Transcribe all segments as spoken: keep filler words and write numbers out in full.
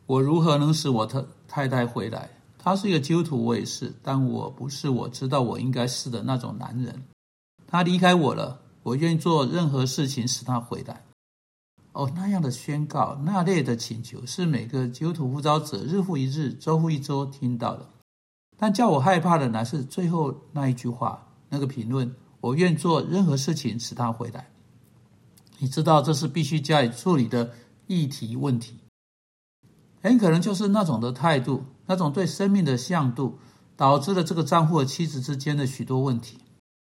我如何能使我的太太回来？他是一个基督徒，我也是，但我不是我知道我应该是的那种男人。他离开我了，我愿意做任何事情使他回来。哦，那样的宣告，那类的请求，是每个基督徒呼召者日复一日、周复一周听到的。但叫我害怕的乃是最后那一句话，那个评论，我愿做任何事情使他回来。你知道这是必须加以处理的议题问题，很可能就是那种的态度，那种对生命的向度，导致了这个丈夫和妻子之间的许多问题。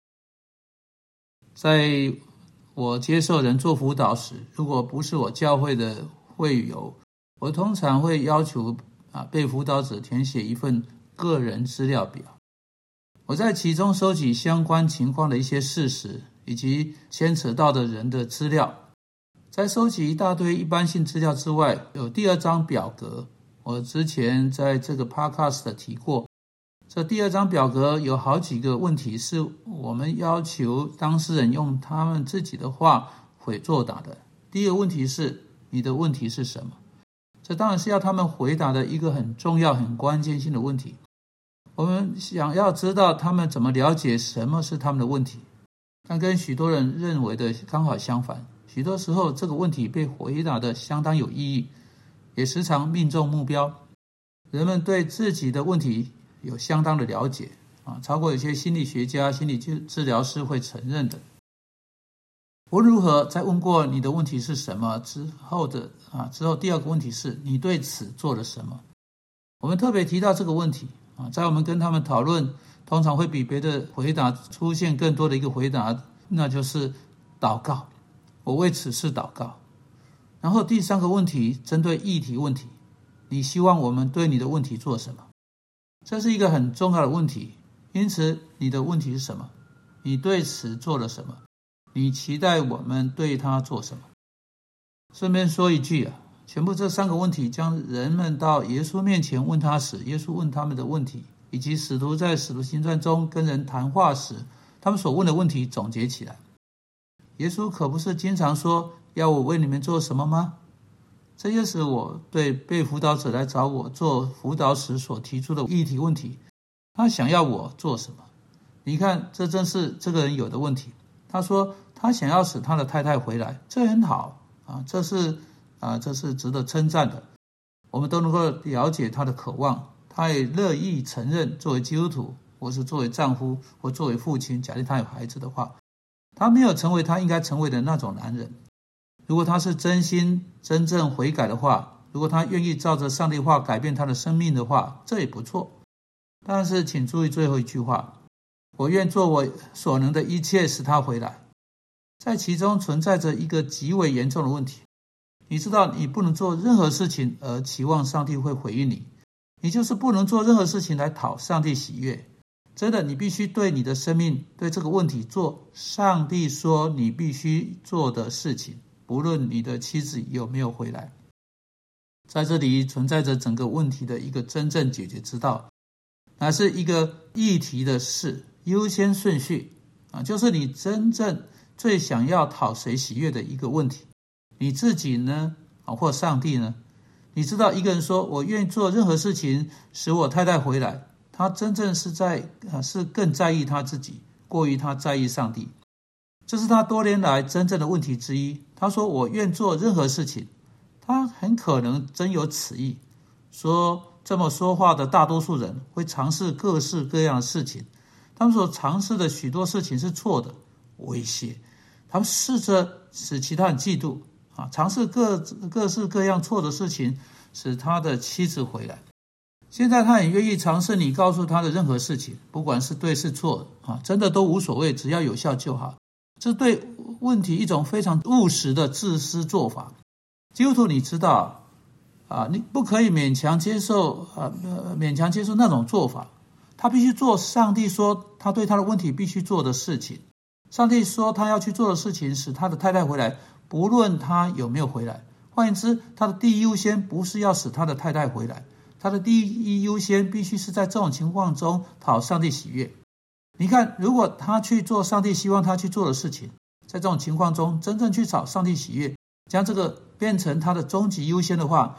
在我接受人做辅导时，如果不是我教会的会友，我通常会要求啊被辅导者填写一份个人资料表。我在其中收集相关情况的一些事实，以及牵扯到的人的资料。在收集一大堆一般性资料之外，有第二张表格，我之前在这个 podcast 提过。这第二张表格有好几个问题是我们要求当事人用他们自己的话回作答的。第一个问题是，你的问题是什么？这当然是要他们回答的一个很重要很关键性的问题。我们想要知道他们怎么了解什么是他们的问题，但跟许多人认为的刚好相反。许多时候这个问题被回答的相当有意义，也时常命中目标。人们对自己的问题有相当的了解啊，超过有些心理学家、心理治疗师会承认的。无论如何，在问过你的问题是什么之后的啊，之后第二个问题是你对此做了什么？我们特别提到这个问题啊，在我们跟他们讨论，通常会比别的回答出现更多的一个回答，那就是祷告。我为此事祷告。然后第三个问题，针对议题问题，你希望我们对你的问题做什么？这是一个很重要的问题，因此你的问题是什么？你对此做了什么？你期待我们对他做什么？顺便说一句啊，全部这三个问题将人们到耶稣面前问他时，耶稣问他们的问题，以及使徒在使徒行传中跟人谈话时他们所问的问题总结起来。耶稣可不是经常说要我为你们做什么吗？这也是我对被辅导者来找我做辅导时所提出的议题问题。他想要我做什么？你看，这正是这个人有的问题。他说他想要使他的太太回来，这很好啊，这是啊，这是值得称赞的。我们都能够了解他的渴望，他也乐意承认作为基督徒，或是作为丈夫，或作为父亲，假定他有孩子的话，他没有成为他应该成为的那种男人。如果他是真心真正悔改的话，如果他愿意照着上帝话改变他的生命的话，这也不错。但是请注意最后一句话，我愿做我所能的一切使他回来。在其中存在着一个极为严重的问题。你知道你不能做任何事情而期望上帝会回应你，你就是不能做任何事情来讨上帝喜悦。真的，你必须对你的生命，对这个问题做上帝说你必须做的事情，不论你的妻子有没有回来。在这里存在着整个问题的一个真正解决之道，乃是一个议题的事，优先顺序啊，就是你真正最想要讨谁喜悦的一个问题。你自己呢，或上帝呢？你知道一个人说我愿意做任何事情使我太太回来，他真正是在是更在意他自己，过于他在意上帝。这是他多年来真正的问题之一。他说我愿做任何事情，他很可能真有此意。说这么说话的大多数人会尝试各式各样的事情，他们所尝试的许多事情是错的，威胁，他们试着使其他人嫉妒啊，尝试各各式各样错的事情，使他的妻子回来。现在他很愿意尝试你告诉他的任何事情，不管是对是错啊，真的都无所谓，只要有效就好。这对问题一种非常务实的自私做法。基督徒你知道啊，你不可以勉强接受啊，勉强接受那种做法。他必须做上帝说他对他的问题必须做的事情。上帝说他要去做的事情，使他的太太回来，不论他有没有回来。换言之，他的第一优先不是要使他的太太回来，他的第一优先必须是在这种情况中讨上帝喜悦。你看，如果他去做上帝希望他去做的事情，在这种情况中真正去讨上帝喜悦，将这个变成他的终极优先的话，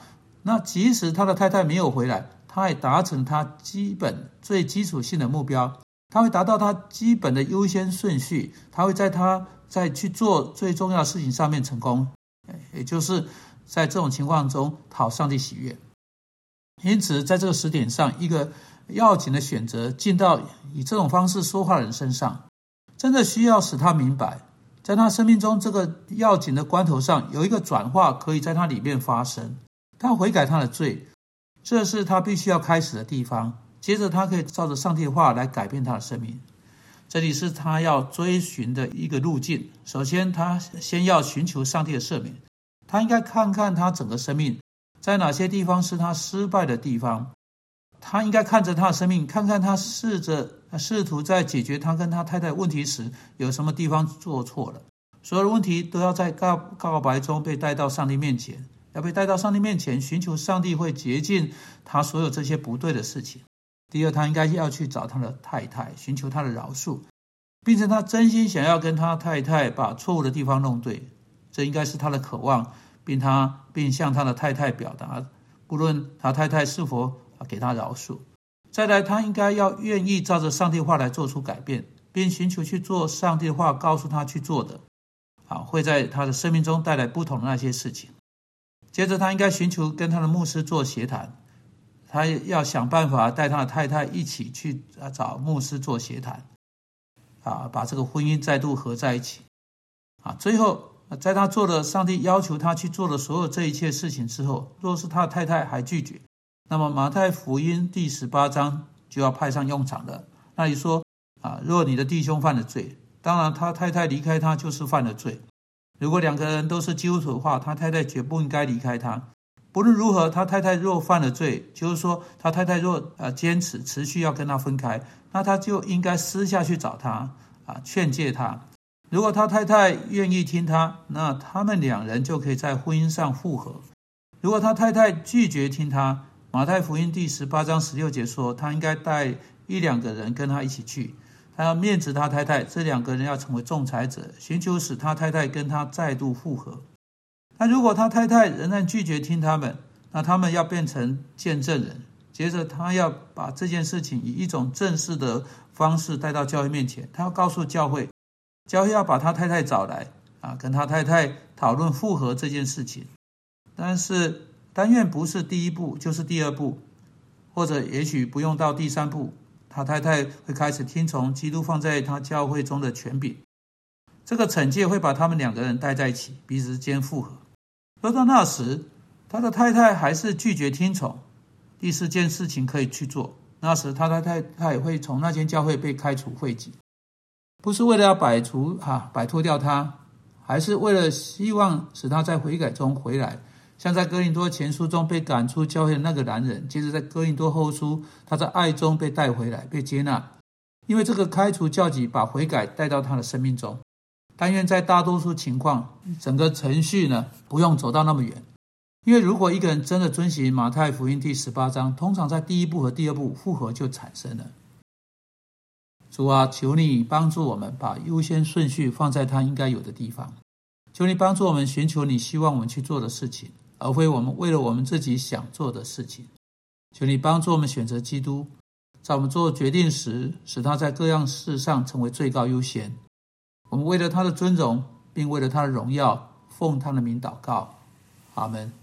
那即使他的太太没有回来，他也达成他基本最基础性的目标，他会达到他基本的优先顺序，他会在他在去做最重要的事情上面成功，也就是在这种情况中讨上帝喜悦。因此在这个时点上，一个要紧的选择进到以这种方式说话的人身上，真的需要使他明白，在他生命中这个要紧的关头上，有一个转化可以在他里面发生，他悔改他的罪，这是他必须要开始的地方。接着他可以照着上帝的话来改变他的生命，这里是他要追寻的一个路径。首先他先要寻求上帝的赦免，他应该看看他整个生命在哪些地方是他失败的地方，他应该看着他的生命，看看他试着试图在解决他跟他太太问题时有什么地方做错了。所有的问题都要在告告白中被带到上帝面前，要被带到上帝面前，寻求上帝会洁净他所有这些不对的事情。第二，他应该要去找他的太太，寻求他的饶恕，并且他真心想要跟他太太把错误的地方弄对，这应该是他的渴望，并他并向他的太太表达，不论他太太是否给他饶恕。再来，他应该要愿意照着上帝话来做出改变，并寻求去做上帝的话告诉他去做的，好，会在他的生命中带来不同的那些事情。接着他应该寻求跟他的牧师做协谈，他要想办法带他的太太一起去找牧师做协谈，啊，把这个婚姻再度合在一起。啊，最后在他做了上帝要求他去做的所有这一切事情之后，若是他的太太还拒绝，那么马太福音第十八章就要派上用场了。那里说啊，若你的弟兄犯了罪，当然他太太离开他就是犯了罪。如果两个人都是基督徒的话，他太太绝不应该离开他。不论如何，他太太若犯了罪，就是说他太太若呃坚持持续要跟他分开，那他就应该私下去找他啊，劝诫他。如果他太太愿意听他，那他们两人就可以在婚姻上复合。如果他太太拒绝听他，马太福音第十八章十六节说，他应该带一两个人跟他一起去，他要面指他太太，这两个人要成为仲裁者，寻求使他太太跟他再度复合。那如果他太太仍然拒绝听他们，那他们要变成见证人，接着他要把这件事情以一种正式的方式带到教会面前，他要告诉教会，教会要把他太太找来啊，跟他太太讨论复合这件事情。但是但愿不是第一步就是第二步，或者也许不用到第三步，他太太会开始听从基督放在他教会中的权柄，这个惩戒会把他们两个人带在一起，彼此间复合。若到那时他的太太还是拒绝听从，第四件事情可以去做，那时他的太太会从那间教会被开除会籍，不是为了要摆除啊摆脱掉他，还是为了希望使他在悔改中回来，像在哥林多前书中被赶出教会的那个男人，接着在哥林多后书他在爱中被带回来，被接纳，因为这个开除教籍把悔改带到他的生命中。但愿在大多数情况，整个程序呢不用走到那么远，因为如果一个人真的遵循马太福音第十八章，通常在第一步和第二步复合就产生了。主啊，求你帮助我们把优先顺序放在他应该有的地方，求你帮助我们寻求你希望我们去做的事情，而非我们为了我们自己想做的事情。求你帮助我们选择基督，在我们做决定时，使他在各样事上成为最高优先。我们为了他的尊荣，并为了他的荣耀，奉他的名祷告，阿们。